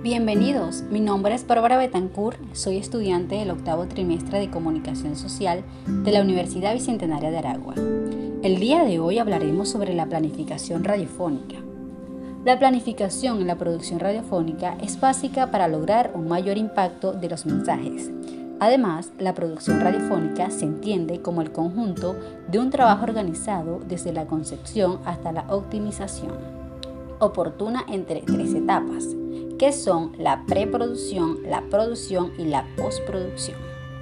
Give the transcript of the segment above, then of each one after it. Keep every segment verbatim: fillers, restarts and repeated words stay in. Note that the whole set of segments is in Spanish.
Bienvenidos, mi nombre es Bárbara Betancourt, soy estudiante del octavo trimestre de Comunicación Social de la Universidad Bicentenaria de Aragua. El día de hoy hablaremos sobre la planificación radiofónica. La planificación en la producción radiofónica es básica para lograr un mayor impacto de los mensajes. Además, la producción radiofónica se entiende como el conjunto de un trabajo organizado desde la concepción hasta la optimización, oportuna entre tres etapas, que son la preproducción, la producción y la postproducción.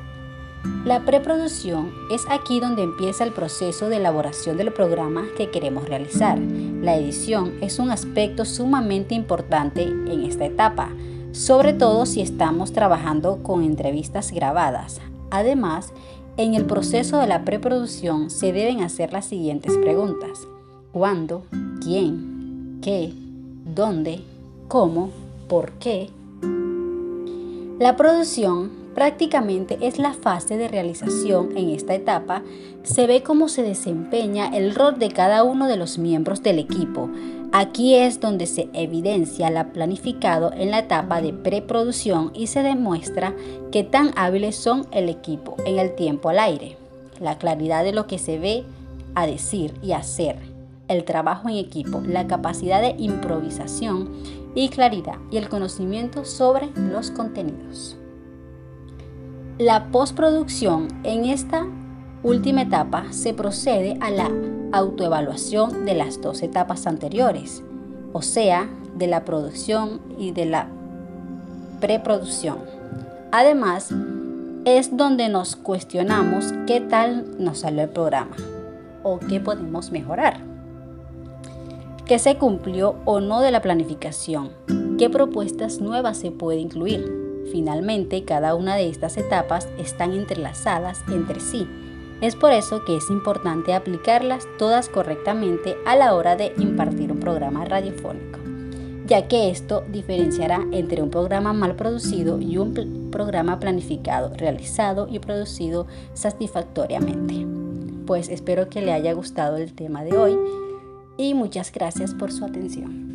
La preproducción es aquí donde empieza el proceso de elaboración del programa que queremos realizar. La edición es un aspecto sumamente importante en esta etapa, sobre todo si estamos trabajando con entrevistas grabadas. Además, en el proceso de la preproducción se deben hacer las siguientes preguntas: ¿cuándo? ¿Quién? ¿Qué? ¿Dónde? ¿Cómo? ¿Por qué? La producción prácticamente es la fase de realización. En esta etapa se ve cómo se desempeña el rol de cada uno de los miembros del equipo. Aquí es donde se evidencia lo planificado en la etapa de preproducción y se demuestra qué tan hábiles son el equipo en el tiempo al aire, la claridad de lo que se ve a decir y hacer, el trabajo en equipo, la capacidad de improvisación y claridad y el conocimiento sobre los contenidos. La postproducción, en esta última etapa se procede a la autoevaluación de las dos etapas anteriores, o sea, de la producción y de la preproducción. Además, es donde nos cuestionamos qué tal nos salió el programa o qué podemos mejorar, qué se cumplió o no de la planificación, qué propuestas nuevas se puede incluir. Finalmente, cada una de estas etapas están entrelazadas entre sí. Es por eso que es importante aplicarlas todas correctamente a la hora de impartir un programa radiofónico, ya que esto diferenciará entre un programa mal producido y un pl- programa planificado, realizado y producido satisfactoriamente. Pues espero que le haya gustado el tema de hoy y muchas gracias por su atención.